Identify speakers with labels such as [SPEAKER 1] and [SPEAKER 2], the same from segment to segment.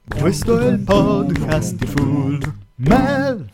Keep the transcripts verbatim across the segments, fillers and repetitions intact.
[SPEAKER 1] Questo è il podcast di Full Mel.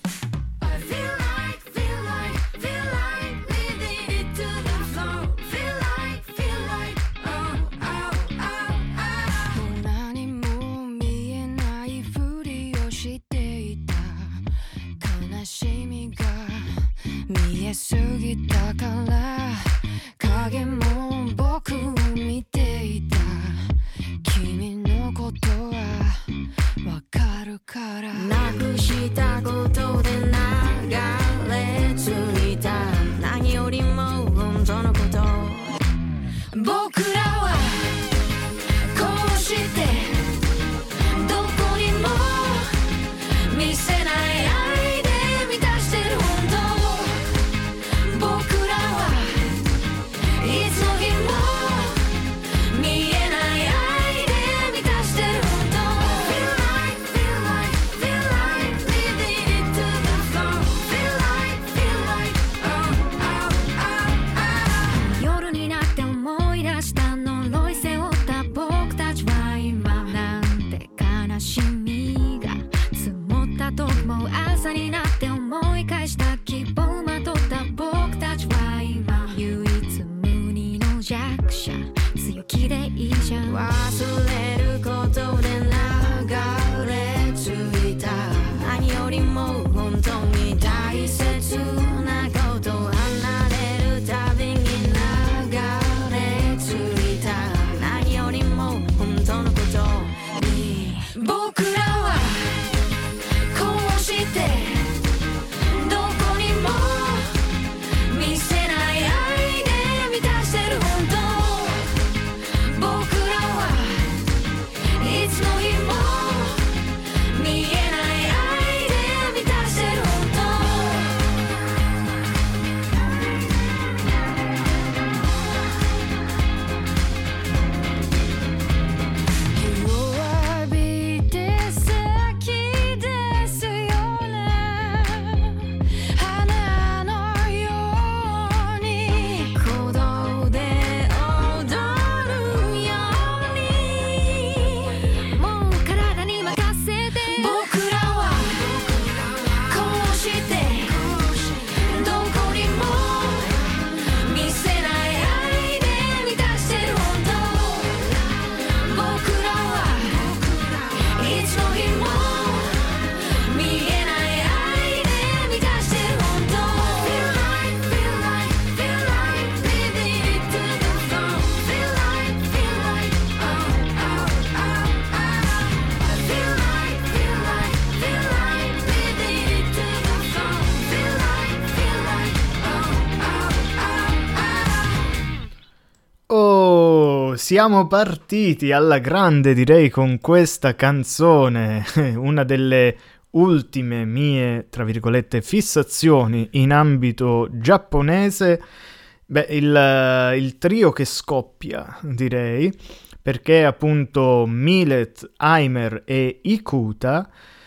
[SPEAKER 1] Siamo partiti alla grande, direi, con questa canzone, una delle ultime mie, tra virgolette, fissazioni in ambito giapponese. Beh, il, il trio che scoppia, direi, perché appunto Milet, Aimer e Ikuta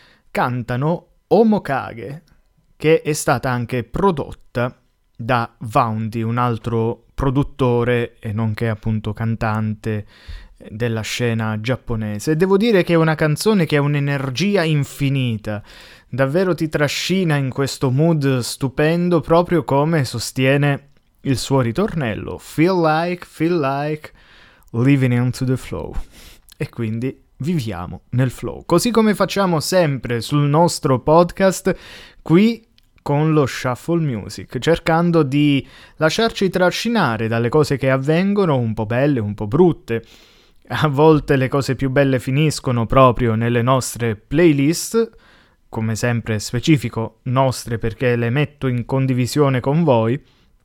[SPEAKER 1] cantano Omokage, che è stata anche prodotta da Vaundy, un altro produttore e nonché appunto cantante della scena giapponese. Devo dire che è una canzone che ha un'energia infinita, davvero ti trascina in questo mood stupendo, proprio come sostiene il suo ritornello: feel like, feel like, living into the flow. E quindi viviamo nel flow, così come facciamo sempre sul nostro podcast qui con lo Shuffle Music, cercando di lasciarci trascinare dalle cose che avvengono, un po' belle, un po' brutte. A volte le cose più belle finiscono proprio nelle nostre playlist, come sempre specifico nostre perché le metto in condivisione con voi,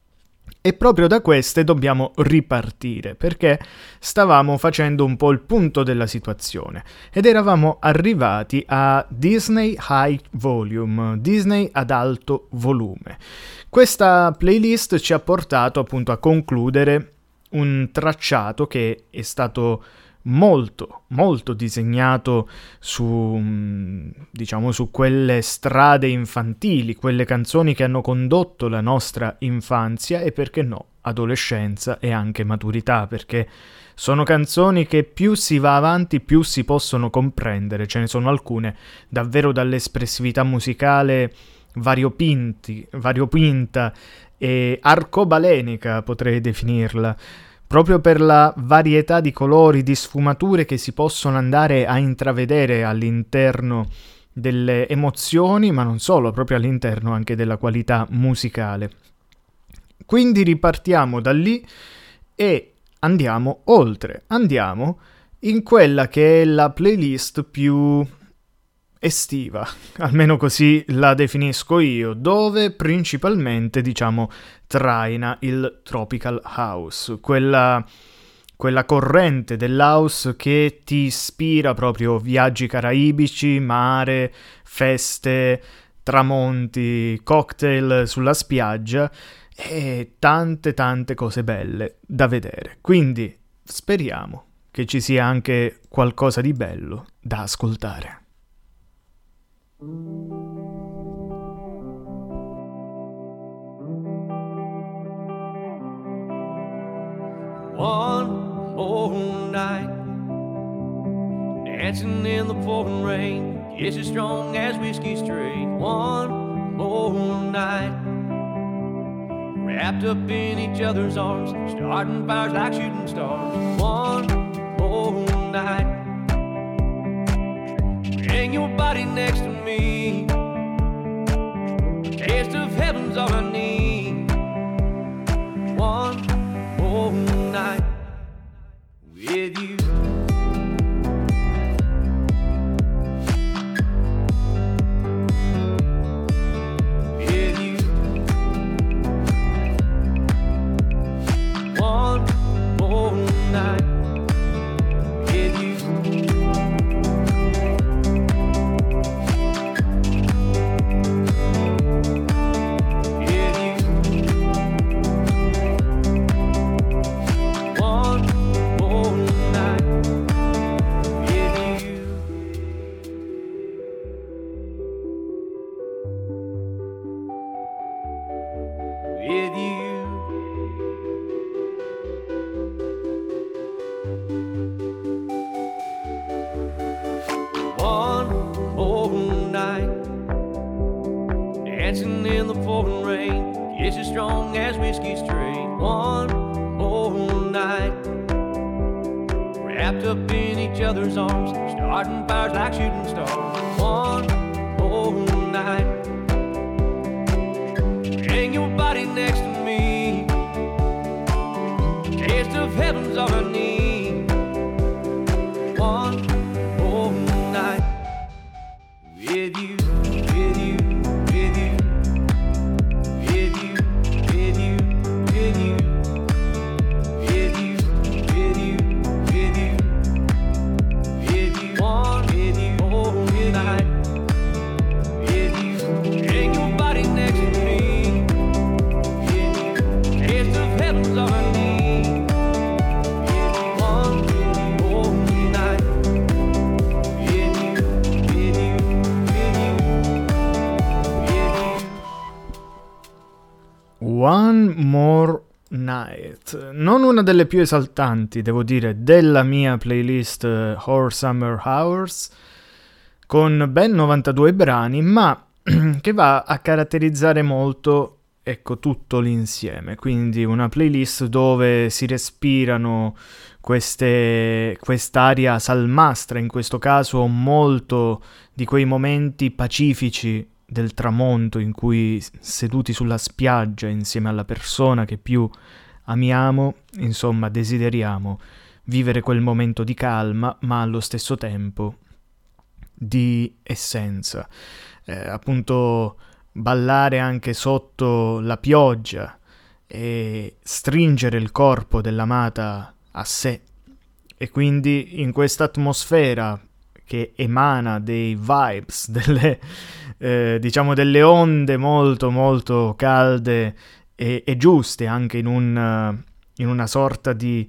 [SPEAKER 1] e proprio da queste dobbiamo ripartire, perché stavamo facendo un po' il punto della situazione ed eravamo arrivati a Disney High Volume, Disney ad alto volume. Questa playlist ci ha portato appunto a concludere un tracciato che è stato molto, molto disegnato su, diciamo, su quelle strade infantili, quelle canzoni che hanno condotto la nostra infanzia e, perché no, adolescenza e anche maturità, perché sono canzoni che più si va avanti più si possono comprendere. Ce ne sono alcune davvero dall'espressività musicale variopinti, variopinta e arcobalenica, potrei definirla, proprio per la varietà di colori, di sfumature che si possono andare a intravedere all'interno delle emozioni, ma non solo, proprio all'interno anche della qualità musicale. Quindi ripartiamo da lì e andiamo oltre, andiamo in quella che è la playlist più estiva, almeno così la definisco io, dove principalmente, diciamo, traina il Tropical House, quella, quella corrente dell'house che ti ispira proprio viaggi caraibici, mare, feste, tramonti, cocktail sulla spiaggia e tante tante cose belle da vedere. Quindi speriamo che ci sia anche qualcosa di bello da ascoltare.
[SPEAKER 2] One more night, dancing in the pouring rain, it's as strong as whiskey straight. One more night, wrapped up in each other's arms, starting fires like shooting stars. One more night, bring your body next to me, a taste of heaven's all I need. One more night with you. Dancing in the pouring rain, it's as strong as whiskey straight. One more night, wrapped up in each other's arms, starting fires like shooting stars. One more night, bring your body next to me, taste of heaven's all I need. One more night with you, with you.
[SPEAKER 1] One More Night, non una delle più esaltanti, devo dire, della mia playlist Horror Summer Hours, con ben novantadue brani, ma che va a caratterizzare molto, ecco, tutto l'insieme. Quindi una playlist dove si respirano queste, quest'aria salmastra, in questo caso molto di quei momenti pacifici del tramonto in cui, seduti sulla spiaggia insieme alla persona che più amiamo, insomma desideriamo vivere quel momento di calma, ma allo stesso tempo di essenza. Eh, appunto ballare anche sotto la pioggia e stringere il corpo dell'amata a sé. E quindi in questa atmosfera che emana dei vibes, delle, eh, diciamo delle onde molto molto calde e, e giuste, anche in, un, in una sorta di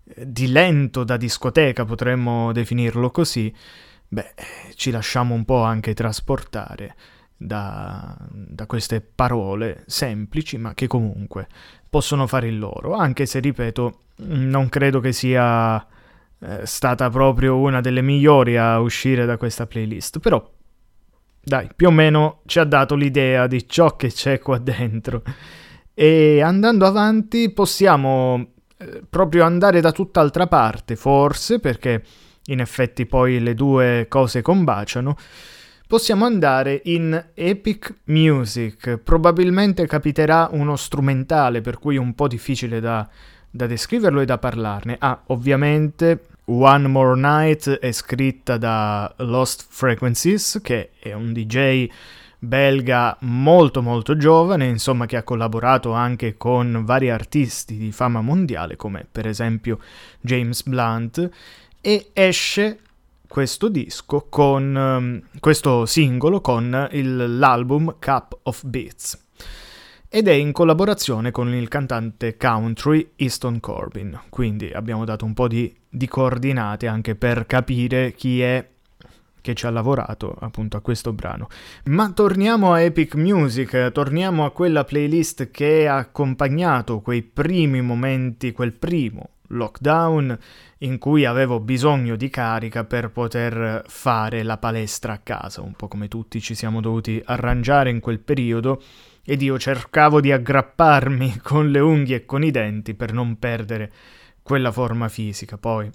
[SPEAKER 1] di lento da discoteca, potremmo definirlo così, beh, ci lasciamo un po' anche trasportare da, da queste parole semplici, ma che comunque possono fare il loro, anche se, ripeto, non credo che sia eh, stata proprio una delle migliori a uscire da questa playlist, però dai, più o meno ci ha dato l'idea di ciò che c'è qua dentro. E andando avanti possiamo eh, proprio andare da tutt'altra parte, forse, perché in effetti poi le due cose combaciano. Possiamo andare in Epic Music. Probabilmente capiterà uno strumentale, per cui è un po' difficile da, da descriverlo e da parlarne. Ah, ovviamente One More Night è scritta da Lost Frequencies, che è un D J belga molto molto giovane, insomma, che ha collaborato anche con vari artisti di fama mondiale, come per esempio James Blunt, e esce questo disco con um, questo singolo con il, l'album Cup of Beats, ed è in collaborazione con il cantante country Easton Corbin, quindi abbiamo dato un po' di, di coordinate anche per capire chi è che ci ha lavorato appunto a questo brano. Ma torniamo a Epic Music, torniamo a quella playlist che ha accompagnato quei primi momenti, quel primo lockdown in cui avevo bisogno di carica per poter fare la palestra a casa, un po' come tutti ci siamo dovuti arrangiare in quel periodo, ed io cercavo di aggrapparmi con le unghie e con i denti per non perdere quella forma fisica. Poi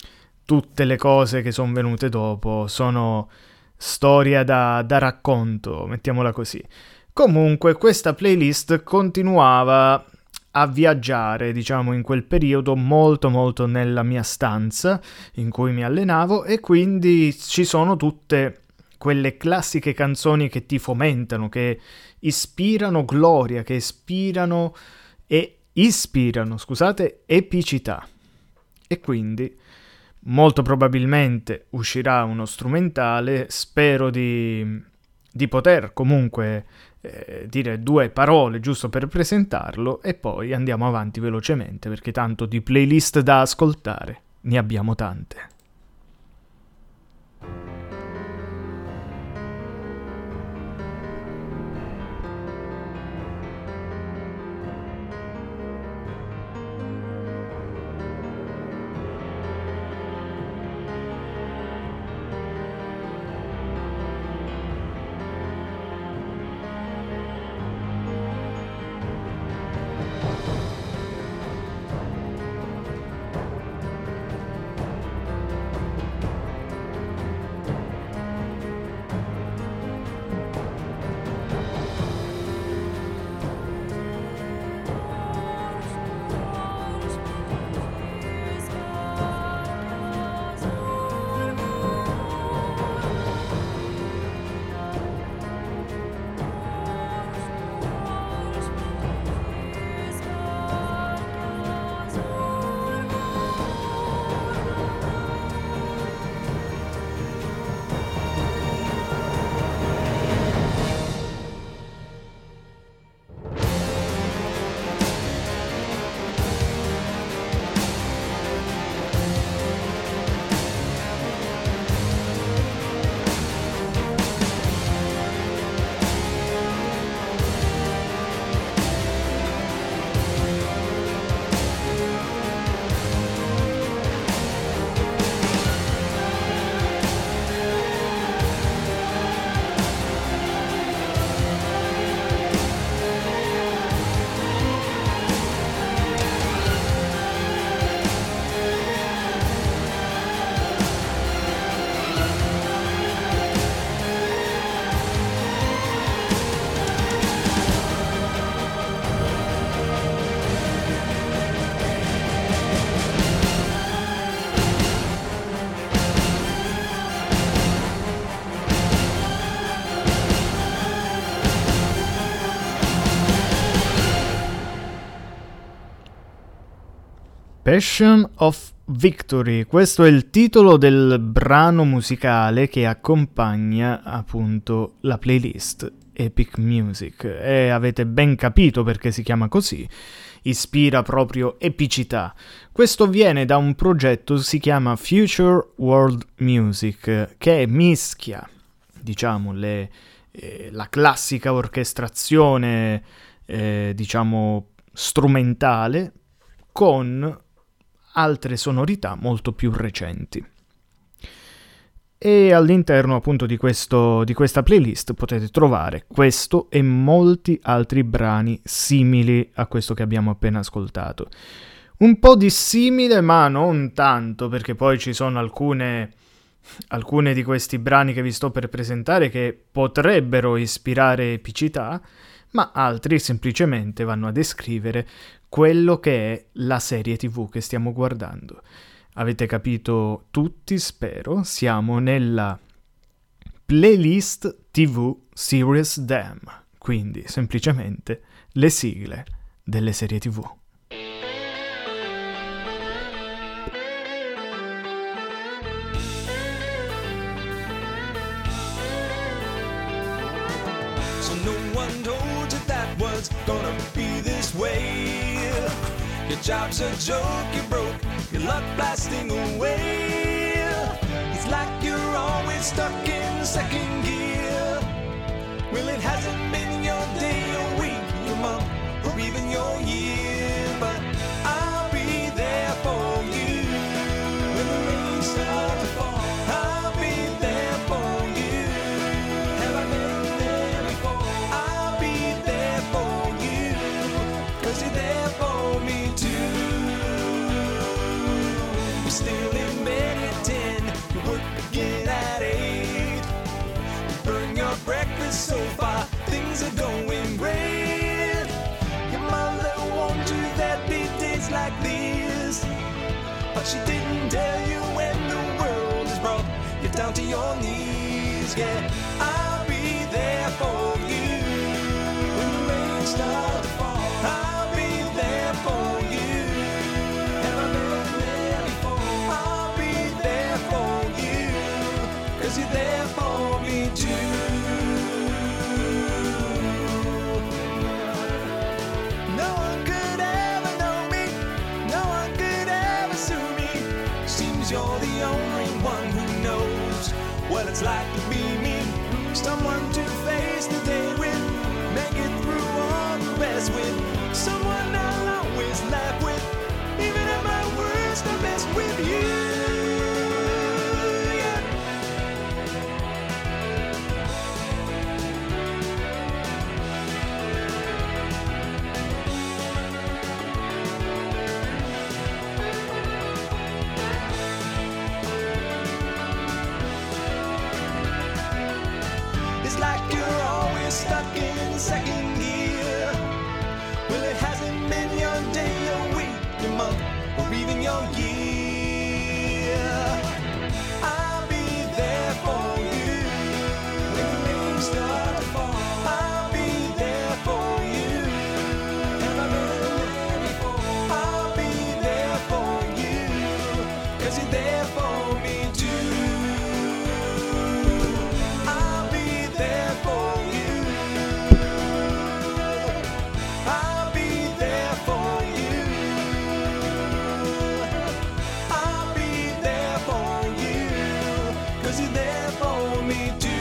[SPEAKER 1] tutte le cose che sono venute dopo sono storia da, da racconto, mettiamola così. Comunque questa playlist continuava a viaggiare, diciamo, in quel periodo molto molto nella mia stanza in cui mi allenavo, e quindi ci sono tutte quelle classiche canzoni che ti fomentano, che ispirano gloria, che ispirano e ispirano, scusate, epicità. E quindi molto probabilmente uscirà uno strumentale, spero di, di poter comunque eh, dire due parole giusto per presentarlo, e poi andiamo avanti velocemente, perché tanto di playlist da ascoltare ne abbiamo tante. Passion of Victory, questo è il titolo del brano musicale che accompagna appunto la playlist Epic Music, e avete ben capito perché si chiama così, ispira proprio epicità. Questo viene da un progetto, si chiama Future World Music, che mischia, diciamo, le, eh, la classica orchestrazione, eh, diciamo, strumentale con altre sonorità molto più recenti. E all'interno appunto di, questo, di questa playlist potete trovare questo e molti altri brani simili a questo che abbiamo appena ascoltato. Un po' dissimile, ma non tanto, perché poi ci sono alcune, alcune di questi brani che vi sto per presentare che potrebbero ispirare epicità, ma altri semplicemente vanno a descrivere quello che è la serie tivù che stiamo guardando. Avete capito tutti, spero, siamo nella playlist tivù Serious Damn, quindi semplicemente le sigle delle serie tivù.
[SPEAKER 2] So no one told you that was gonna be this way. Your job's a joke, you broke, your luck blasting away. It's like you're always stuck in second gear. Well, it hasn't been your day, your week, your month, or even your year. But I'll be there for you when the rain starts to fall. I'll be there for you. Have I been there before? I'll be there for you, 'cause you're there for me too. You're still in bed at ten, you work again at eight. You burn your breakfast so far, things are going great. Your mother warned you there'd be days like this, but she didn't tell you when the world has brought you down to your knees. Yeah, I'll be there for you when the rain starts to fall. I'll be there for you. Have I been there before? I'll be there for you, 'cause you're there for me too. No one could ever know me, no one could ever sue me. Seems you're the only one who knows what it's like to be me. Someone to face the day with, make it through all the rest with. Someone I'll always laugh with, even at my worst I mess with you. Yeah. It's like you're always stuck in second gear. Well, it hasn't been your day, your week, your month, or even your year. I'll be there for you when the rain starts to fall. I'll be there for you. Have I been there before? I'll be there for you, 'cause you're there for me too. I'll be there for you. I'll be there for you. I'll be there for you, 'cause you're there for me too.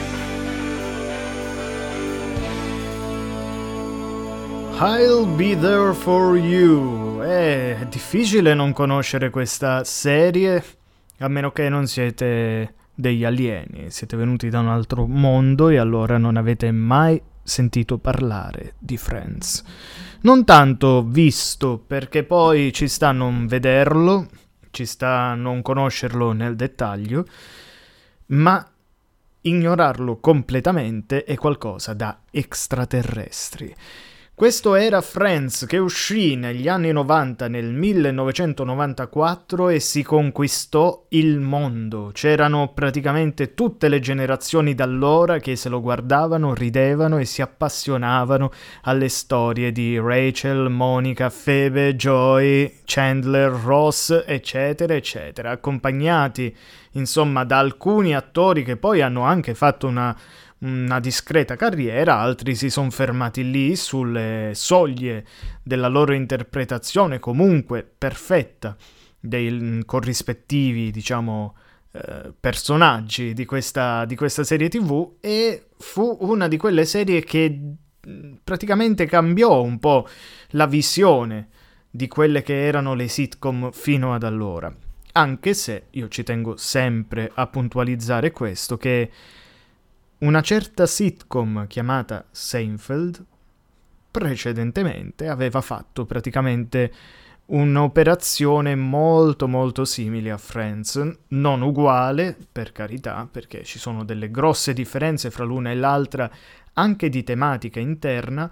[SPEAKER 1] I'll be there for you. È difficile non conoscere questa serie, a meno che non siete degli alieni, siete venuti da un altro mondo e allora non avete mai sentito parlare di Friends. Non tanto visto, perché poi ci sta a non vederlo, ci sta a non conoscerlo nel dettaglio, ma ignorarlo completamente è qualcosa da extraterrestri. Questo era Friends, che uscì negli anni novanta, nel millenovecentonovantaquattro, e si conquistò il mondo. C'erano praticamente tutte le generazioni d'allora che se lo guardavano, ridevano e si appassionavano alle storie di Rachel, Monica, Phoebe, Joey, Chandler, Ross, eccetera, eccetera, accompagnati insomma da alcuni attori che poi hanno anche fatto una una discreta carriera, altri si sono fermati lì sulle soglie della loro interpretazione comunque perfetta dei corrispettivi, diciamo, eh, personaggi di questa, di questa serie tivù, e fu una di quelle serie che praticamente cambiò un po' la visione di quelle che erano le sitcom fino ad allora, anche se io ci tengo sempre a puntualizzare questo, che una certa sitcom chiamata Seinfeld precedentemente aveva fatto praticamente un'operazione molto molto simile a Friends, non uguale, per carità, perché ci sono delle grosse differenze fra l'una e l'altra, anche di tematica interna,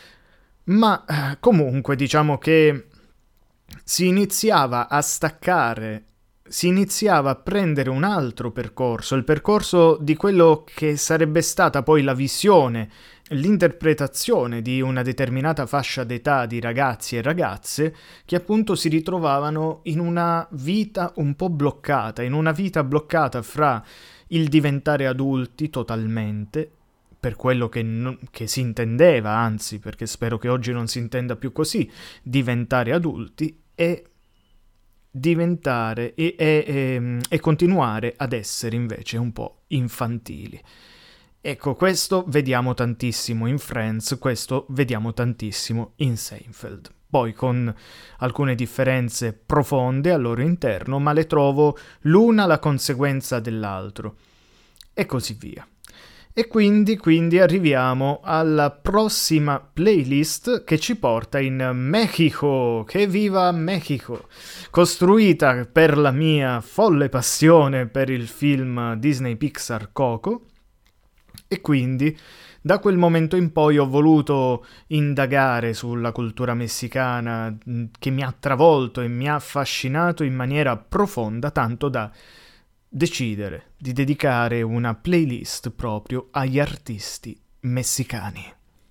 [SPEAKER 1] ma comunque diciamo che si iniziava a staccare si iniziava a prendere un altro percorso, il percorso di quello che sarebbe stata poi la visione, l'interpretazione di una determinata fascia d'età di ragazzi e ragazze che appunto si ritrovavano in una vita un po' bloccata, in una vita bloccata fra il diventare adulti totalmente, per quello che, non, che si intendeva, anzi, perché spero che oggi non si intenda più così, diventare adulti, e diventare e, e, e, e continuare ad essere invece un po' infantili. Ecco, questo vediamo tantissimo in Friends, questo vediamo tantissimo in Seinfeld. Poi con alcune differenze profonde al loro interno, ma le trovo l'una la conseguenza dell'altro, e così via. E quindi, quindi arriviamo alla prossima playlist che ci porta in Mexico. Che viva Mexico! Costruita per la mia folle passione per il film Disney Pixar Coco. E quindi da quel momento in poi ho voluto indagare sulla cultura messicana, che mi ha travolto e mi ha affascinato in maniera profonda, tanto da decidere di dedicare una playlist proprio agli artisti messicani.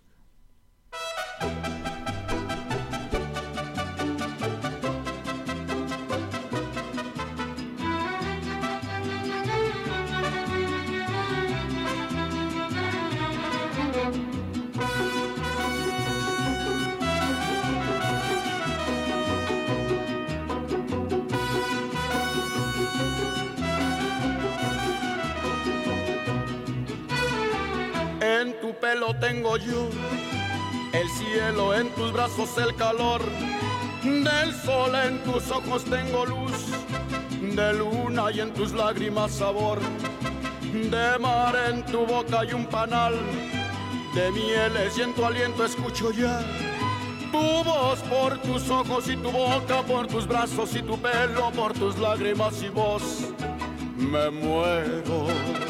[SPEAKER 3] En tu pelo tengo yo el cielo, en tus brazos el calor del sol, en tus ojos tengo luz de luna y en tus lágrimas sabor de mar, en tu boca hay un panal de mieles y en tu aliento escucho ya tu voz, por tus ojos y tu boca, por tus brazos y tu pelo, por tus lágrimas y voz me muero.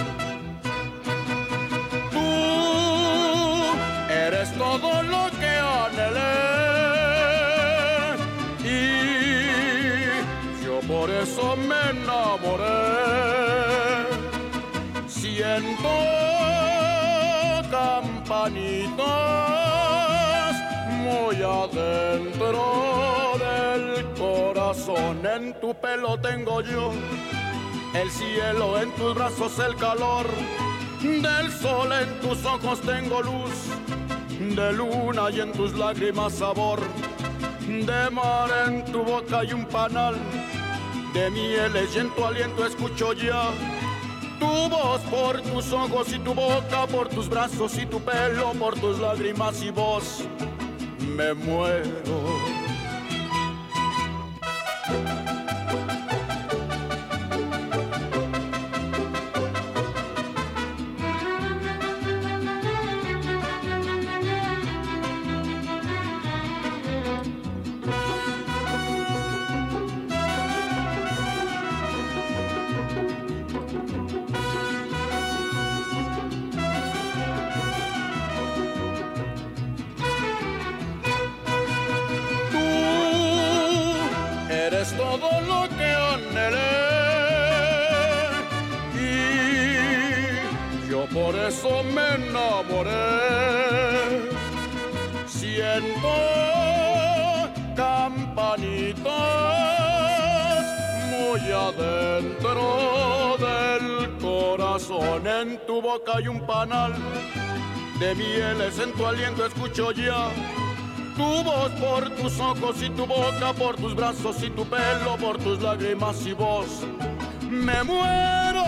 [SPEAKER 3] Eres todo lo que anhelé y yo por eso me enamoré. Siento campanitas muy adentro del corazón. En tu pelo tengo yo el cielo, en tus brazos el calor del sol, en tus ojos tengo luz de luna y en tus lágrimas sabor de mar, en tu boca hay un panal de mieles y en tu aliento escucho ya tu voz, por tus ojos y tu boca, por tus brazos y tu pelo, por tus lágrimas y voz me muero. yo por eso me enamoré. Siento campanitas muy adentro del corazón. En tu boca hay un panal de mieles, en tu aliento escucho ya tu voz por tus ojos y tu boca, por tus brazos y tu pelo, por tus lágrimas y voz. Me muero.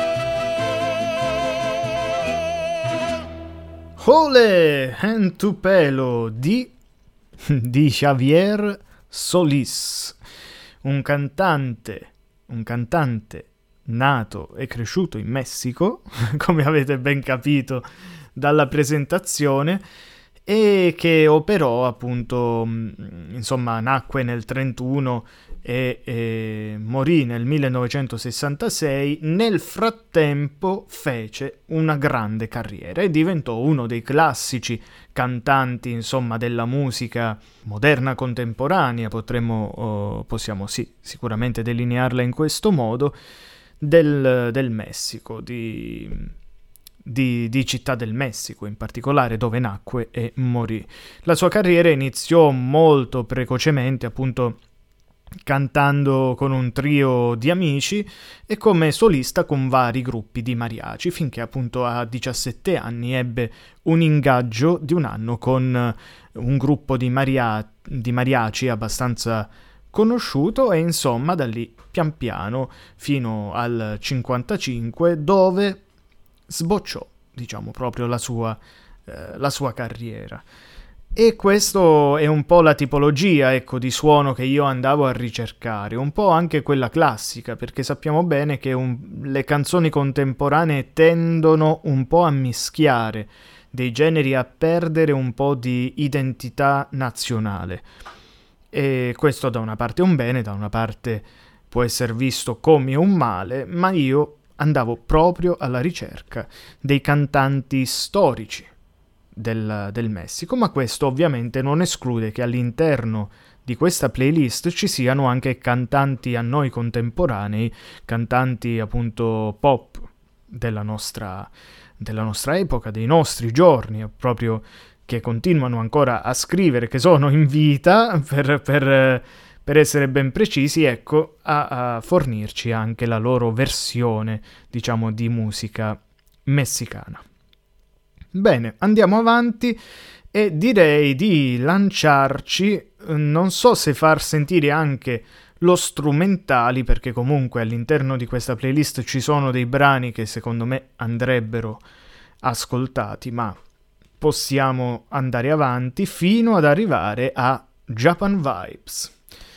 [SPEAKER 1] Ole en tu pelo di, di Javier Solís, un cantante, un cantante nato e cresciuto in Messico, come avete ben capito dalla presentazione, e che operò appunto, insomma, nacque nel trentuno e, e morì nel millenovecentosessantasei. Nel frattempo fece una grande carriera e diventò uno dei classici cantanti, insomma, della musica moderna contemporanea, potremmo, oh, possiamo sì, sicuramente delinearla in questo modo, del, del Messico, di... Di, di Città del Messico in particolare, dove nacque e morì. La sua carriera iniziò molto precocemente, appunto cantando con un trio di amici e come solista con vari gruppi di mariachi, finché appunto a diciassette anni ebbe un ingaggio di un anno con un gruppo di, maria- di mariachi abbastanza conosciuto, e insomma da lì pian piano fino al cinquantacinque, dove sbocciò, diciamo, proprio la sua, eh, la sua carriera. E questo è un po' la tipologia, ecco, di suono che io andavo a ricercare, un po' anche quella classica, perché sappiamo bene che un, le canzoni contemporanee tendono un po' a mischiare dei generi, a perdere un po' di identità nazionale. E questo da una parte è un bene, da una parte può essere visto come un male, ma io andavo proprio alla ricerca dei cantanti storici del, del Messico, ma questo ovviamente non esclude che all'interno di questa playlist ci siano anche cantanti a noi contemporanei, cantanti appunto pop della nostra, della nostra epoca, dei nostri giorni, proprio, che continuano ancora a scrivere, che sono in vita, per... per per essere ben precisi, ecco, a, a fornirci anche la loro versione, diciamo, di musica messicana. Bene, andiamo avanti e direi di lanciarci, non so se far sentire anche lo strumentali, perché comunque all'interno di questa playlist ci sono dei brani che secondo me andrebbero ascoltati, ma possiamo andare avanti fino ad arrivare a Japan Vibes.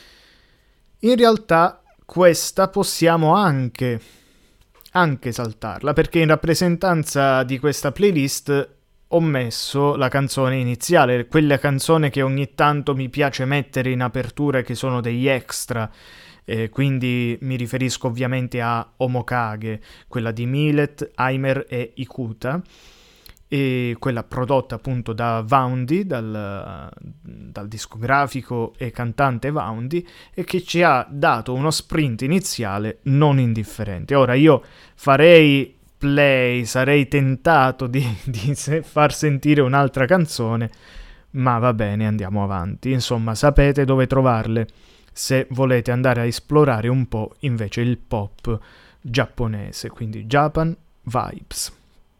[SPEAKER 1] In realtà questa possiamo anche, anche saltarla, perché in rappresentanza di questa playlist ho messo la canzone iniziale, quella canzone che ogni tanto mi piace mettere in apertura, che sono degli extra, eh, quindi mi riferisco ovviamente a Omokage, quella di Milet, Aimer e Ikuta, e quella prodotta appunto da Vaundy, dal, dal discografico e cantante Vaundy, e che ci ha dato uno sprint iniziale non indifferente. Ora io farei play, sarei tentato di, di far sentire un'altra canzone, ma va bene, andiamo avanti. Insomma, sapete dove trovarle se volete andare a esplorare un po' invece il pop giapponese, quindi Japan Vibes.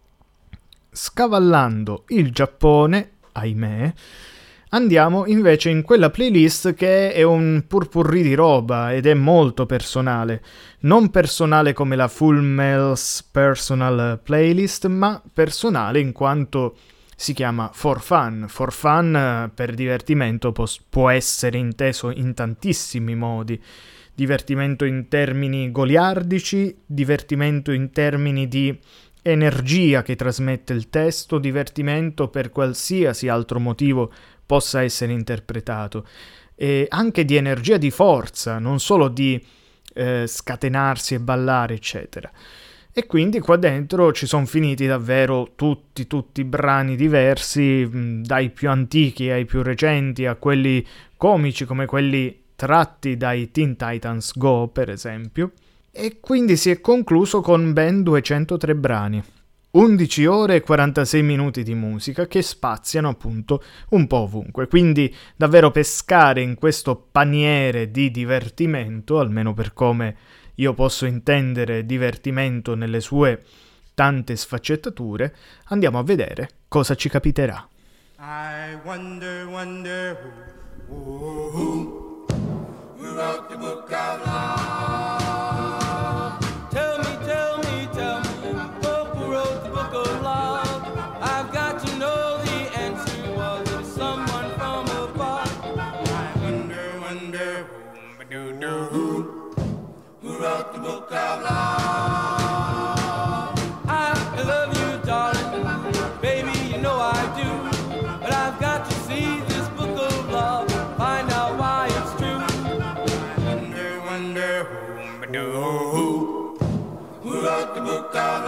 [SPEAKER 1] Scavallando il Giappone, ahimè, andiamo invece in quella playlist che è un purpurri di roba ed è molto personale. Non personale come la Full Mel's Personal Playlist, ma personale in quanto si chiama For Fun. For Fun, per divertimento, pos- può essere inteso in tantissimi modi. Divertimento in termini goliardici, divertimento in termini di energia che trasmette il testo, divertimento per qualsiasi altro motivo possa essere interpretato, e anche di energia, di forza, non solo di eh, scatenarsi e ballare, eccetera. E quindi qua dentro ci sono finiti davvero tutti, tutti brani diversi, mh, dai più antichi ai più recenti, a quelli comici come quelli tratti dai Teen Titans Go, per esempio. E quindi si è concluso con ben duecentotré brani. undici ore e quarantasei minuti di musica che spaziano appunto un po' ovunque, quindi davvero pescare in questo paniere di divertimento, almeno per come io posso intendere divertimento nelle sue tante sfaccettature. Andiamo a vedere cosa ci capiterà.
[SPEAKER 4] I wonder, wonder who, who, who, who wrote the book of love.
[SPEAKER 2] Tell me, tell me, tell me, who wrote the book of love? I've got to know the answer. Was it someone from above?
[SPEAKER 4] I wonder, wonder who, do, do, who, who wrote the book of love.
[SPEAKER 2] I love you, darling, baby, you know I do. But I've got to see this book of love, find out why it's true.
[SPEAKER 4] I wonder, wonder who, do, who, who wrote the book of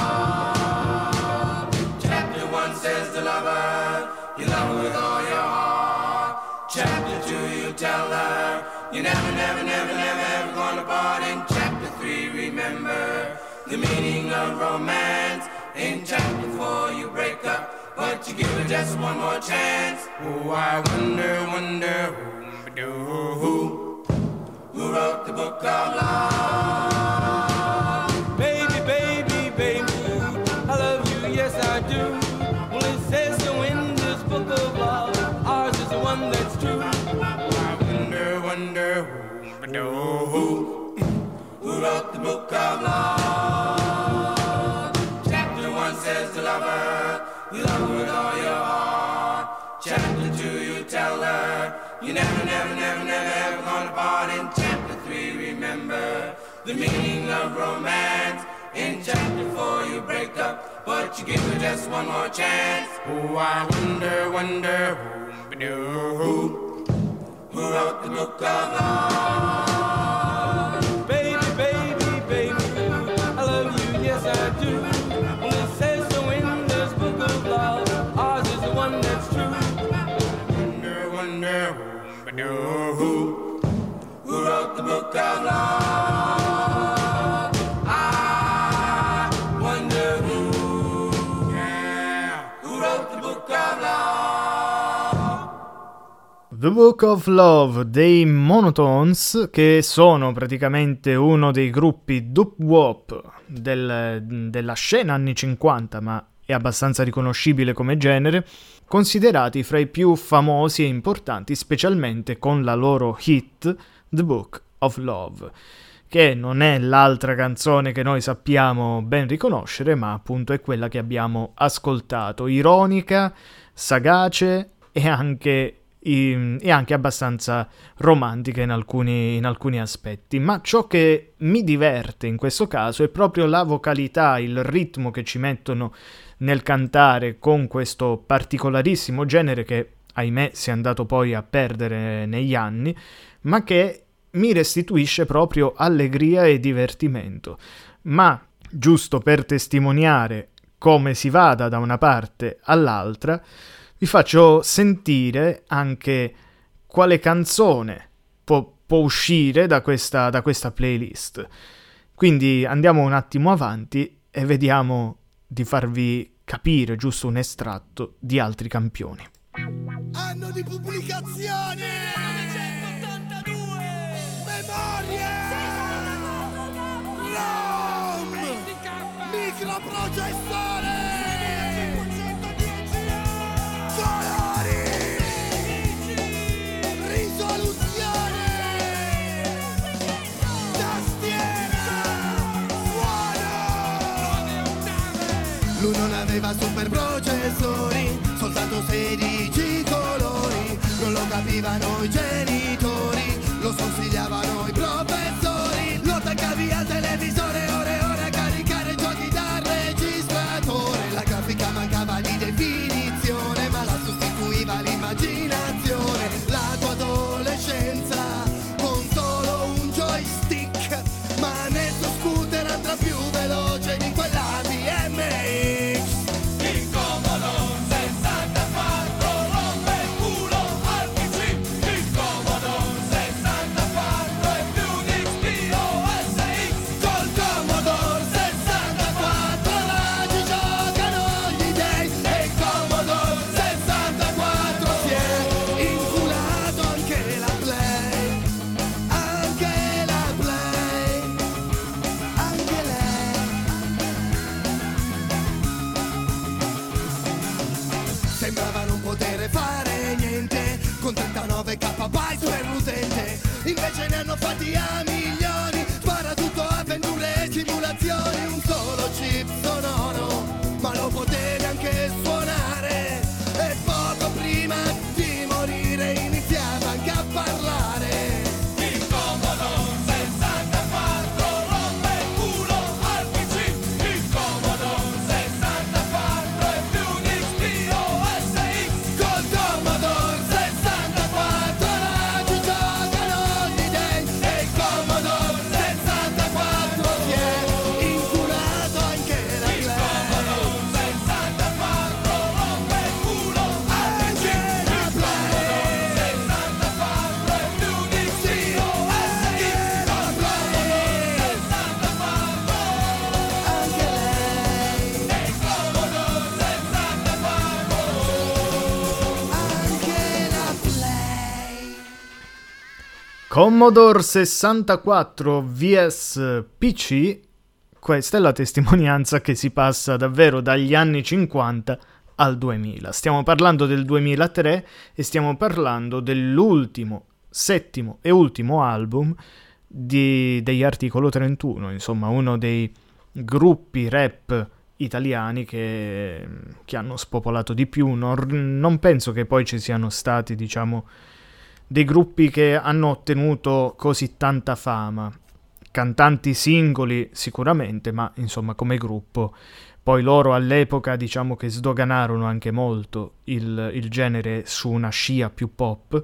[SPEAKER 4] love. Chapter one says the lover, you love her with all your heart. Chapter two, you tell her, you never, never, never, never, ever gonna part. In chapter three, remember the meaning of romance. In chapter four, you break up, but you give her just one more chance. Oh, I wonder, wonder who, do, who, who wrote the book of love.
[SPEAKER 2] Baby, baby, baby, I love you, yes I do. Well, it says so in this book of love, ours is the one that's true.
[SPEAKER 4] I wonder, wonder who, do, who, who wrote the book of love. Chapter one says the lover, you love her with all your heart. Chapter two, you tell her, you never, never, never, never, ever gonna part. In chapter three, remember the meaning of romance. In chapter four, you break up, but you give her just one more chance. Oh, I wonder, wonder who, do, who, who wrote the book of love.
[SPEAKER 2] Baby, baby, baby, I love you, yes I do. Well, it says so in this book of love, ours is the one that's true.
[SPEAKER 4] Wonder, wonder who, do, who, who wrote the book of love. I wonder who, yeah, who wrote the book of love.
[SPEAKER 1] The Book of Love dei Monotones, che sono praticamente uno dei gruppi doo-wop del, della scena anni cinquanta, ma è abbastanza riconoscibile come genere, considerati fra i più famosi e importanti, specialmente con la loro hit The Book of Love, che non è l'altra canzone che noi sappiamo ben riconoscere, ma appunto è quella che abbiamo ascoltato, ironica, sagace e anche e anche abbastanza romantica in alcuni, in alcuni aspetti. Ma ciò che mi diverte in questo caso è proprio la vocalità, il ritmo che ci mettono nel cantare con questo particolarissimo genere che, ahimè, si è andato poi a perdere negli anni, ma che mi restituisce proprio allegria e divertimento. Ma, giusto per testimoniare come si vada da una parte all'altra, vi faccio sentire anche quale canzone può, può uscire da questa, da questa playlist. Quindi andiamo un attimo avanti e vediamo di farvi capire giusto un estratto di altri campioni.
[SPEAKER 3] Anno di pubblicazione millenovecentottantadue. Memorie ROM microprocessore colori risoluzione tastiera suono. Lui non aveva super processori, soltanto sedici colori. Non lo capivano i genitori, lo sconsigliavano i professori. Lo attaccavi al televisore, ore e ore a caricare giochi dal registratore. La grafica mancava di definizione, ma la sostituiva l'immaginazione. La tua adolescenza con solo un joystick, ma nel tuo scooter andrà più veloce di quella B M X. Il Commodore sessantaquattro rompe il culo al P C. Il Commodore sessantaquattro è più
[SPEAKER 1] Commodore sessantaquattro vs P C, questa è la testimonianza che si passa davvero dagli anni cinquanta al duemila. Stiamo parlando del duemilatré e stiamo parlando dell'ultimo, settimo e ultimo album di, degli Articolo trentuno, insomma uno dei gruppi rap italiani che, che hanno spopolato di più. Non, non penso che poi ci siano stati, diciamo, dei gruppi che hanno ottenuto così tanta fama. Cantanti singoli sicuramente, ma insomma come gruppo poi loro all'epoca diciamo che sdoganarono anche molto il, il genere su una scia più pop.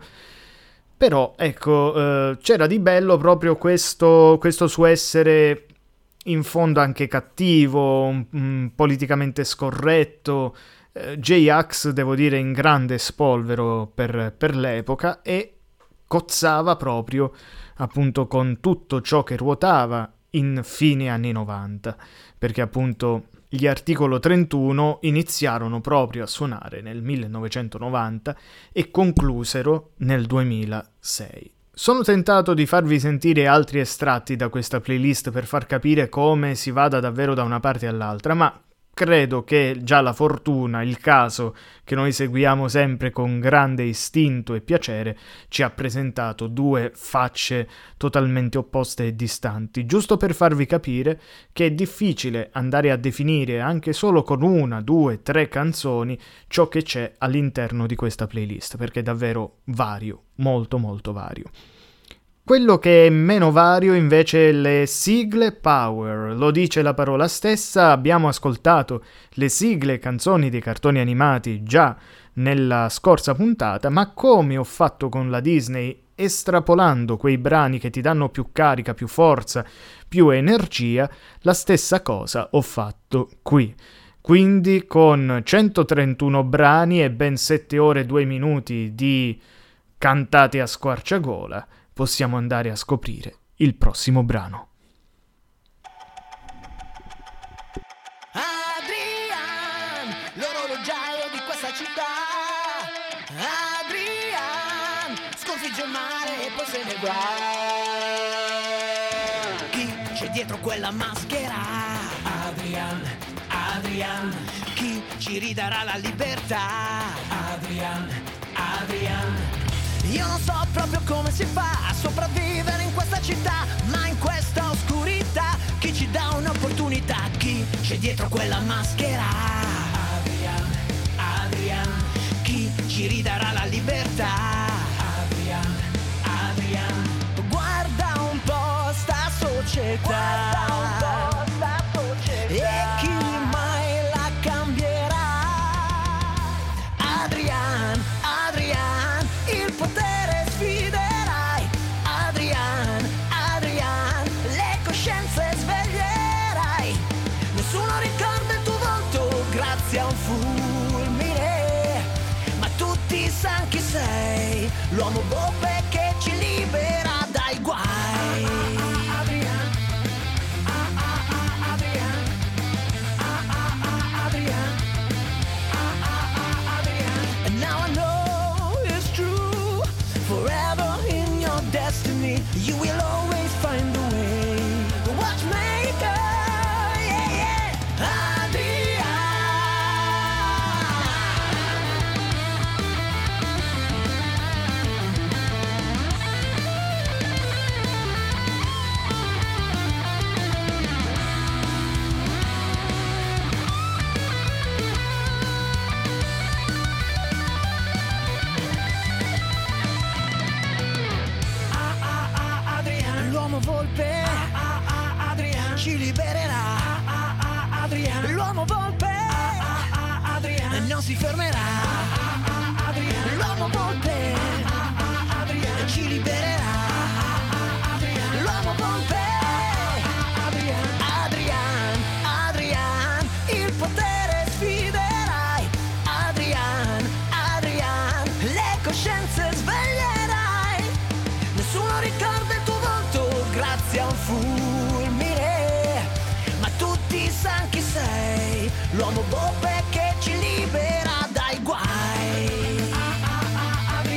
[SPEAKER 1] Però ecco, eh, c'era di bello proprio questo, questo suo essere in fondo anche cattivo, mh, politicamente scorretto. eh, J-Ax, devo dire, in grande spolvero per, per l'epoca, e cozzava proprio appunto con tutto ciò che ruotava in fine anni novanta, perché appunto gli Articolo trentuno iniziarono proprio a suonare nel millenovecentonovanta e conclusero nel duemilasei. Sono tentato di farvi sentire altri estratti da questa playlist per far capire come si vada davvero da una parte all'altra, ma credo che già la fortuna, il caso che noi seguiamo sempre con grande istinto e piacere, ci ha presentato due facce totalmente opposte e distanti, giusto per farvi capire che è difficile andare a definire anche solo con una, due, tre canzoni ciò che c'è all'interno di questa playlist, perché è davvero vario, molto molto vario. Quello che è meno vario invece è le sigle power, lo dice la parola stessa. Abbiamo ascoltato le sigle canzoni dei cartoni animati già nella scorsa puntata, ma come ho fatto con la Disney, estrapolando quei brani che ti danno più carica, più forza, più energia, la stessa cosa ho fatto qui. Quindi con centotrentuno brani e ben sette ore e due minuti di cantate a squarciagola, possiamo andare a scoprire il prossimo brano.
[SPEAKER 5] Adrian, l'orologiaio di questa città. Adrian, sconfigge il mare e poi se ne va. Chi c'è dietro quella maschera? Adrian, Adrian, chi ci ridarà la libertà? Adrian, Adrian. Io non so proprio come si fa a sopravvivere in questa città, ma in questa oscurità chi ci dà un'opportunità? Chi c'è dietro quella maschera? Adrian, Adrian, chi ci ridarà la libertà? Adrian, Adrian, guarda un po' sta società, guarda un po' sta società, e chi mai la cambierà? Adrian, Adrian, il potere sfiderai. Adrian, Adrian, le coscienze sveglierai. Nessuno ricorda il tuo volto grazie a un fulmine, ma tutti sanno chi sei, l'uomo boppe che ci libera dai guai. Adrian, Adrian, Adrian, and now I know it's true. Forever in your destiny, you will always find a way. The watchmaker, yeah, yeah. Adrian. L'uomo volpe, Adrian, ci libererà. Adrian, l'uomo volpe, Adrian, non si fermerà. Adrian, l'uomo volpe, Adrian, ci libererà. Adrian, l'uomo volpe, Adrian, Adrian, Adrian, il potere sfiderai. Adrian, Adrian, le coscienze sveglierai. Nessuno ricorda il tuo volto grazie a un fulmine, ma tutti sanno chi sei, l'uomo boppe che ci libera dai guai. Adrian,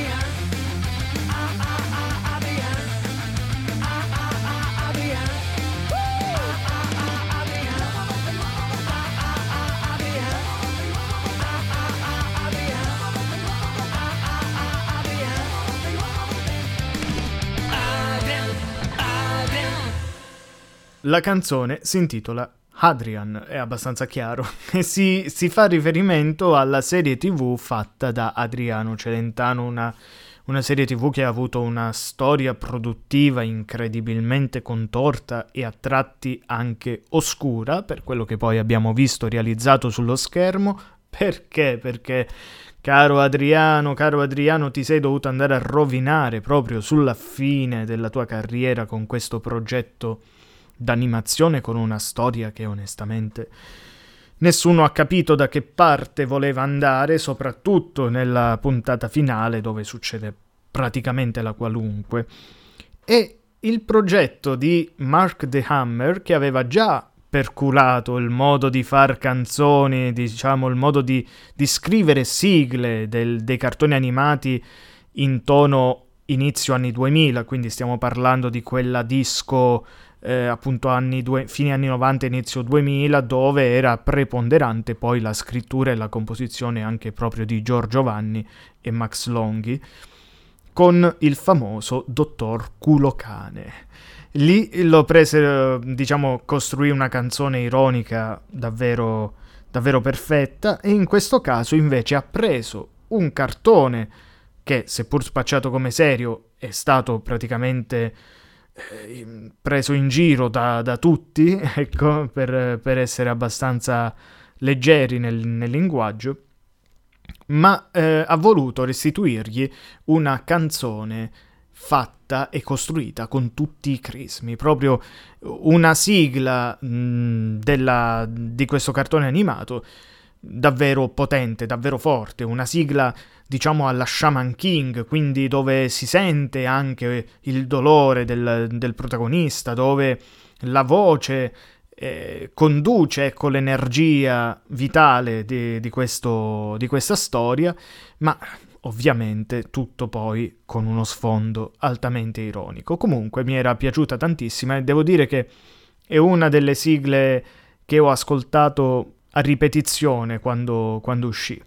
[SPEAKER 1] La canzone si intitola Adrian, è abbastanza chiaro, e si, si fa riferimento alla serie tv fatta da Adriano Celentano, una, una serie tv che ha avuto una storia produttiva incredibilmente contorta e a tratti anche oscura, per quello che poi abbiamo visto realizzato sullo schermo. Perché? Perché, caro Adriano, caro Adriano, ti sei dovuto andare a rovinare proprio sulla fine della tua carriera con questo progetto d'animazione con una storia che onestamente nessuno ha capito da che parte voleva andare, soprattutto nella puntata finale dove succede praticamente la qualunque. E il progetto di Mark the Hammer, che aveva già perculato il modo di far canzoni, diciamo il modo di, di scrivere sigle del, dei cartoni animati in tono inizio anni duemila, quindi stiamo parlando di quella disco Eh, appunto anni due, fine anni novanta, inizio duemila, dove era preponderante poi la scrittura e la composizione anche proprio di Giorgio Vanni e Max Longhi, con il famoso Dottor Culocane. Lì lo prese, diciamo, costruì una canzone ironica davvero, davvero perfetta, e in questo caso invece ha preso un cartone che, seppur spacciato come serio, è stato praticamente preso in giro da, da tutti, ecco, per, per essere abbastanza leggeri nel, nel linguaggio, ma eh, ha voluto restituirgli una canzone fatta e costruita con tutti i crismi, proprio una sigla mh, della, di questo cartone animato davvero potente, davvero forte, una sigla diciamo alla Shaman King, quindi dove si sente anche il dolore del, del protagonista, dove la voce eh, conduce, ecco, l'energia vitale di, di, questo, di questa storia, ma ovviamente tutto poi con uno sfondo altamente ironico. Comunque mi era piaciuta tantissima e devo dire che è una delle sigle che ho ascoltato a ripetizione quando, quando uscì.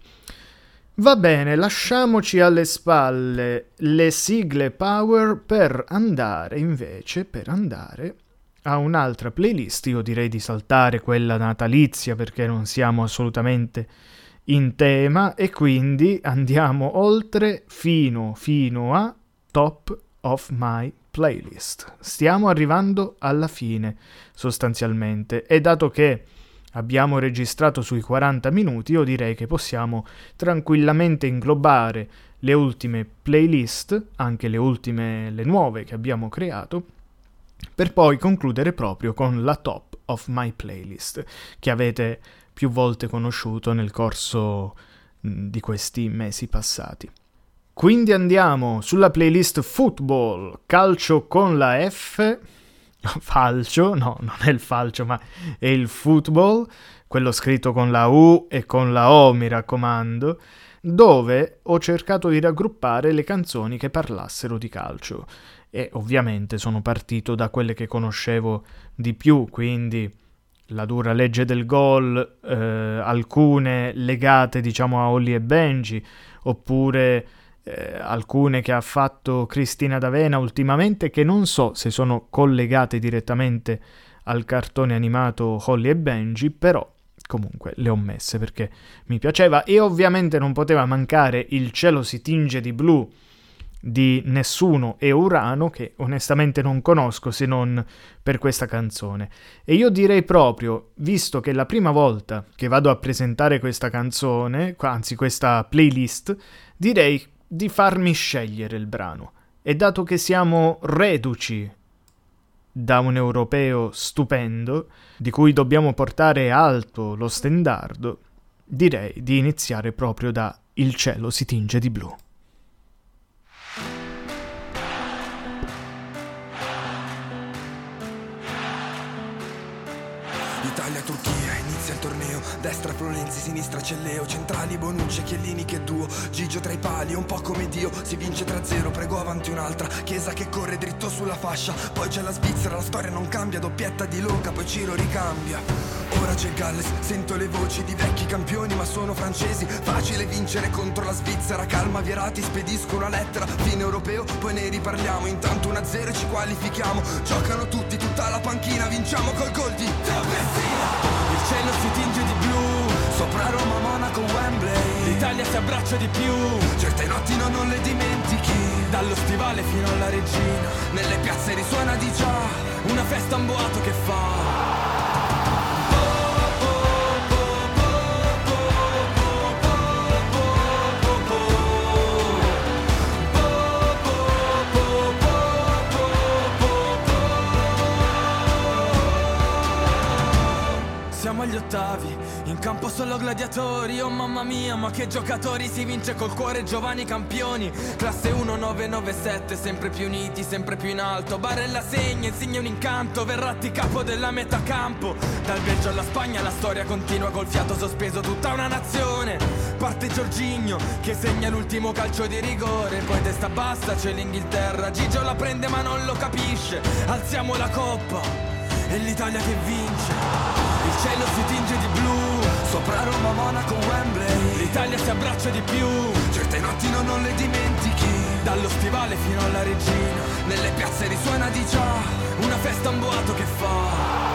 [SPEAKER 1] Va bene, lasciamoci alle spalle le sigle power per andare invece, per andare a un'altra playlist. Io direi di saltare quella natalizia perché non siamo assolutamente in tema, e quindi andiamo oltre fino, fino a Top of My Playlist. Stiamo arrivando alla fine sostanzialmente, e dato che abbiamo registrato sui quaranta minuti, io direi che possiamo tranquillamente inglobare le ultime playlist, anche le ultime, le nuove che abbiamo creato, per poi concludere proprio con la Top of My Playlist, che avete più volte conosciuto nel corso mh, di questi mesi passati. Quindi andiamo sulla playlist Football, calcio con la F... falcio, no, non è il falcio, ma è il football, quello scritto con la U e con la O, mi raccomando, dove ho cercato di raggruppare le canzoni che parlassero di calcio, e ovviamente sono partito da quelle che conoscevo di più, quindi La dura legge del gol, eh, alcune legate diciamo a Holly e Benji, oppure Eh, alcune che ha fatto Cristina D'Avena ultimamente, che non so se sono collegate direttamente al cartone animato Holly e Benji, però comunque le ho messe perché mi piaceva. E ovviamente non poteva mancare Il cielo si tinge di blu di Nessuno e Urano, che onestamente non conosco se non per questa canzone. E io direi proprio, visto che è la prima volta che vado a presentare questa canzone, anzi questa playlist, direi di farmi scegliere il brano. E dato che siamo reduci da un europeo stupendo, di cui dobbiamo portare alto lo stendardo, direi di iniziare proprio da Il cielo si tinge di blu.
[SPEAKER 6] Italia-Turchia inizia inizia il torneo. Destra Florenzi, sinistra Celleo, centrali Bonucci, Chiellini che duo, Gigio tra i pali, un po' come Dio. Si vince tre a zero, prego avanti un'altra, Chiesa che corre dritto sulla fascia. Poi c'è la Svizzera, la storia non cambia, doppietta di Luca, poi Ciro ricambia. Ora c'è Galles, sento le voci di vecchi campioni ma sono francesi. Facile vincere contro la Svizzera, calma Vierati, spedisco una lettera. Fine europeo, poi ne riparliamo, intanto uno a zero e ci qualifichiamo. Giocano tutti, tutta la panchina, vinciamo col gol di Teo Messina.
[SPEAKER 7] Il cielo si tinge di blu,
[SPEAKER 6] sopra Roma, Monaco, Wembley.
[SPEAKER 7] l'Italia si abbraccia di più,
[SPEAKER 6] certe notti no, non le dimentichi.
[SPEAKER 7] dallo stivale fino alla regina.
[SPEAKER 6] Nelle piazze risuona di già,
[SPEAKER 7] Una festa un boato che fa. Siamo agli ottavi, in campo solo gladiatori. Oh mamma mia, ma che giocatori! Si vince col cuore, giovani campioni. Classe uno nove nove sette, sempre più uniti, sempre più in alto. Barella segna, insegna un incanto. Verratti capo della metà campo. Dal Belgio alla Spagna la storia continua col fiato sospeso, tutta una nazione. Parte Giorginio che segna l'ultimo calcio di rigore. Poi testa bassa c'è l'Inghilterra. Gigio la prende ma non lo capisce. Alziamo la coppa, è l'Italia che vince. Il cielo si tinge di blu,
[SPEAKER 6] sopra Roma, Monaco, Wembley.
[SPEAKER 7] l'Italia si abbraccia di più,
[SPEAKER 6] certe notti no, non le dimentichi.
[SPEAKER 7] dallo stivale fino alla regina.
[SPEAKER 6] Nelle piazze risuona di già,
[SPEAKER 7] Una festa un boato che fa.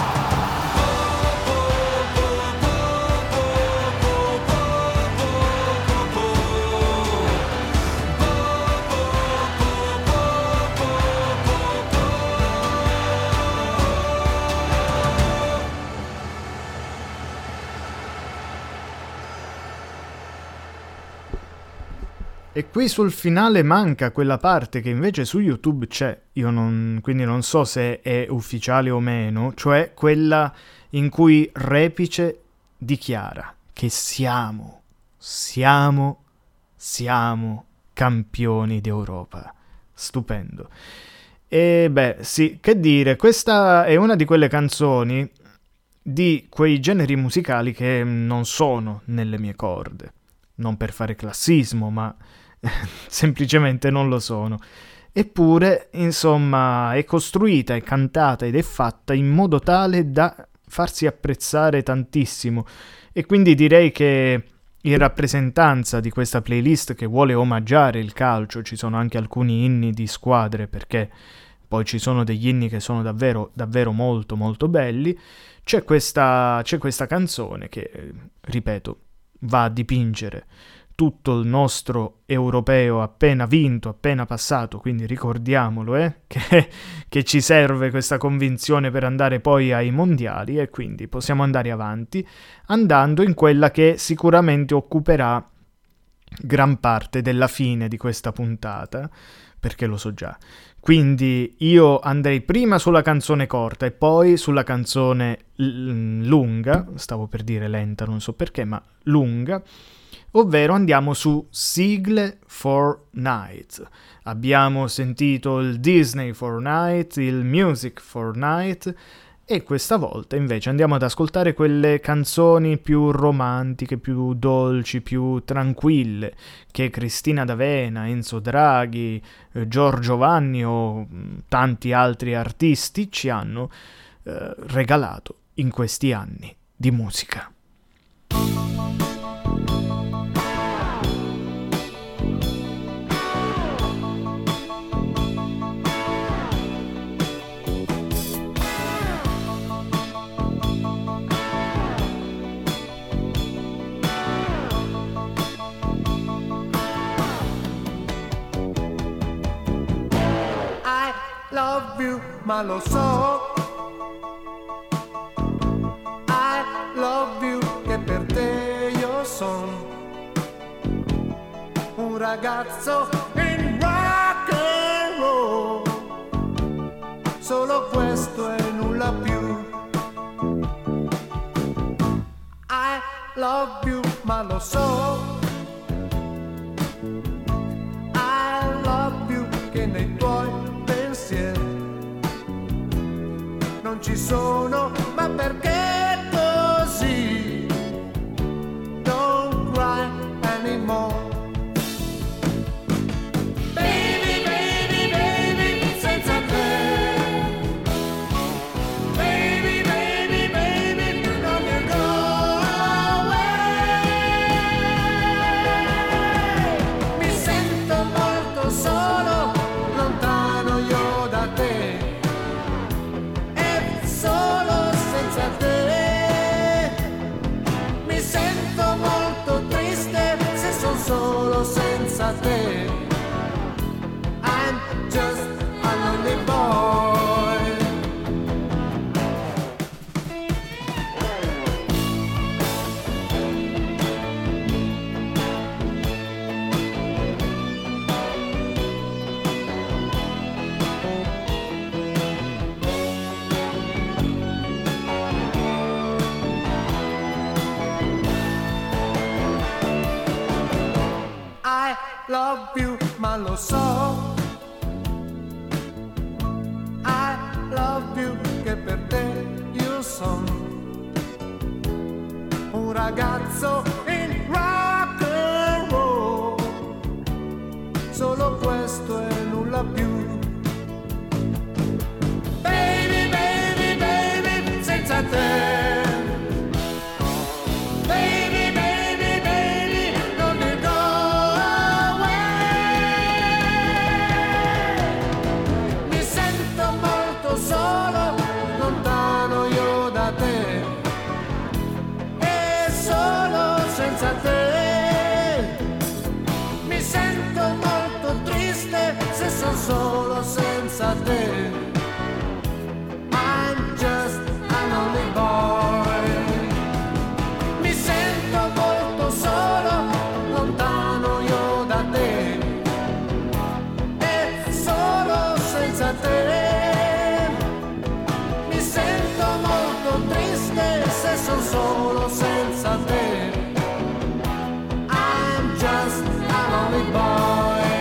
[SPEAKER 1] E qui sul finale manca quella parte che invece su YouTube c'è, io non, quindi non so se è ufficiale o meno, cioè quella in cui Repice dichiara che siamo, siamo, siamo campioni d'Europa. Stupendo. E beh, sì, che dire, questa è una di quelle canzoni di quei generi musicali che non sono nelle mie corde. Non per fare classismo, ma semplicemente non lo sono. Eppure, insomma, è costruita, è cantata ed è fatta in modo tale da farsi apprezzare tantissimo. E quindi direi che in rappresentanza di questa playlist che vuole omaggiare il calcio, ci sono anche alcuni inni di squadre, perché poi ci sono degli inni che sono davvero, davvero molto, molto belli. C'è questa, c'è questa canzone che, ripeto, va a dipingere tutto il nostro europeo appena vinto, appena passato, quindi ricordiamolo, eh, che, che ci serve questa convinzione per andare poi ai mondiali, e quindi possiamo andare avanti andando in quella che sicuramente occuperà gran parte della fine di questa puntata, perché lo so già. Quindi io andrei prima sulla canzone corta e poi sulla canzone l- lunga, stavo per dire lenta, non so perché, ma lunga, ovvero andiamo su Sigle for Night. Abbiamo sentito il Disney for Night, il Music for Night, e questa volta invece andiamo ad ascoltare quelle canzoni più romantiche, più dolci, più tranquille che Cristina D'Avena, Enzo Draghi, eh, Giorgio Vanni o tanti altri artisti ci hanno eh, regalato in questi anni di musica.
[SPEAKER 8] Love you, ma lo so. I love you, che per te io sono un ragazzo in rock and roll. Solo questo e nulla più. I love you, ma lo so. I love you, che nei tuoi non ci sono, ma perché così? senza te. I'm just a lonely boy. I love you, ma lo so. I love you, che per te io sono un ragazzo in rock and roll. Solo questo e nulla più. Baby, baby, baby, senza te. Baby, baby, baby, non ne go away. Mi sento molto solo, lontano io da te. E solo senza te. Mi sento molto triste se sono solo senza te. I'm just a lonely boy. Mi sento molto solo, lontano io da te. E solo senza te. Mi sento molto triste se sono solo senza te. I'm just a lonely boy.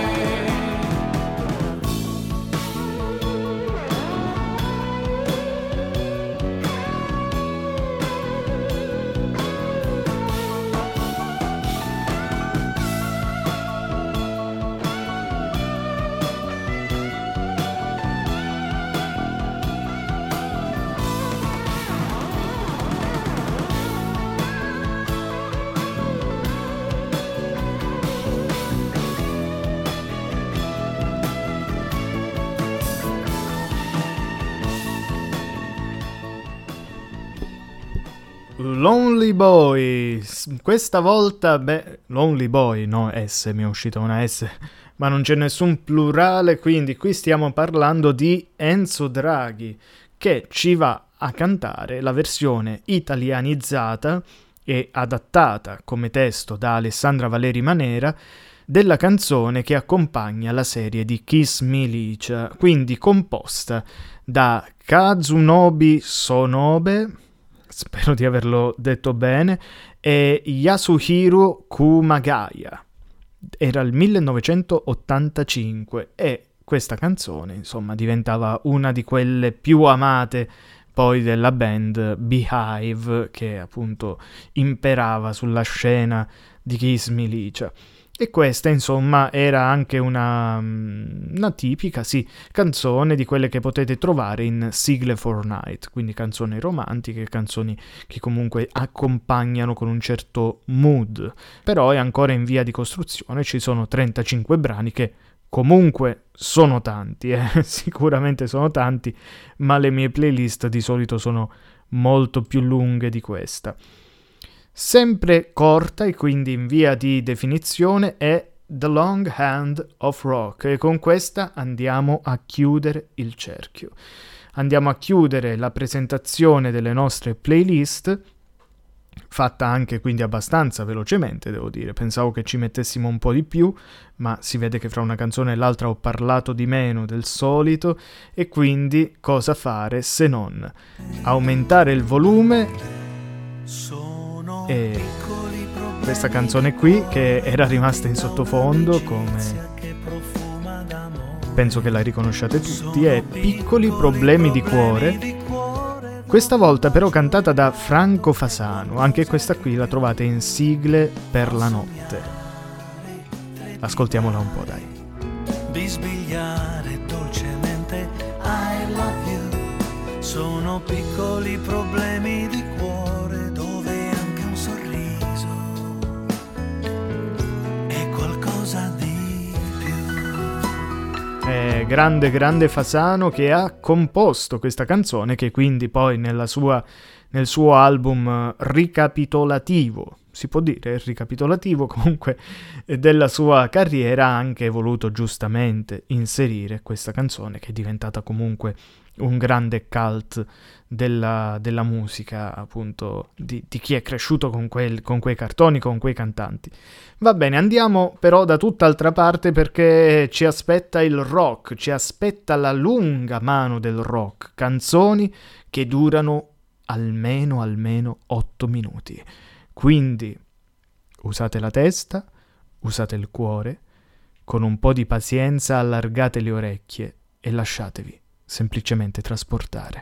[SPEAKER 1] Lonely Boy, questa volta, beh, Lonely Boy, no S, mi è uscita una S, ma non c'è nessun plurale, quindi qui stiamo parlando di Enzo Draghi, che ci va a cantare la versione italianizzata e adattata come testo da Alessandra Valeri Manera della canzone che accompagna la serie di Kiss Me Licia, quindi composta da Kazunobu Sonobe, spero di averlo detto bene, e Yasuhiro Kumagaya. Era il millenovecentottantacinque e questa canzone, insomma, diventava una di quelle più amate poi della band Beehive, che appunto imperava sulla scena di Kiss Me Licia. E questa, insomma, era anche una, una tipica, sì, canzone di quelle che potete trovare in sigle for night, quindi canzoni romantiche, canzoni che comunque accompagnano con un certo mood. Però è ancora in via di costruzione, ci sono trentacinque brani che comunque sono tanti, eh? Sicuramente sono tanti, ma le mie playlist di solito sono molto più lunghe di questa. Sempre corta e quindi in via di definizione è The Long Hand of Rock, e con questa andiamo a chiudere il cerchio. Andiamo a chiudere la presentazione delle nostre playlist, fatta anche quindi abbastanza velocemente, devo dire. Pensavo che ci mettessimo un po' di più, ma si vede che fra una canzone e l'altra ho parlato di meno del solito, e quindi cosa fare se non aumentare il volume e questa canzone qui, che era rimasta in sottofondo, come penso che la riconosciate tutti, è Piccoli problemi di cuore, questa volta però cantata da Franco Fasano. Anche questa qui la trovate in sigle per la notte. Ascoltiamola un po', dai.
[SPEAKER 9] Bisbigliare dolcemente I love you. Sono piccoli problemi di cuore dove anche un sorriso è qualcosa di più.
[SPEAKER 1] È grande grande Fasano, che ha composto questa canzone, che quindi poi nella sua nel suo album ricapitolativo, si può dire ricapitolativo comunque, della sua carriera, ha anche voluto giustamente inserire questa canzone che è diventata comunque un grande cult della, della musica, appunto, di, di chi è cresciuto con, quel, con quei cartoni, con quei cantanti. Va bene, andiamo però da tutt'altra parte, perché ci aspetta il rock, ci aspetta la lunga mano del rock, canzoni che durano almeno almeno otto minuti. Quindi usate la testa, usate il cuore, con un po' di pazienza allargate le orecchie e lasciatevi semplicemente trasportare.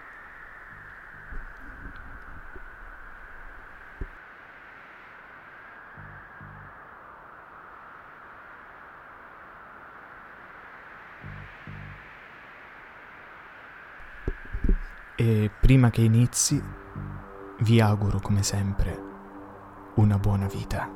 [SPEAKER 1] E prima che inizi, vi auguro come sempre una buona vita.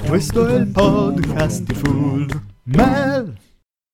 [SPEAKER 1] Questo è il podcast di Full Mel.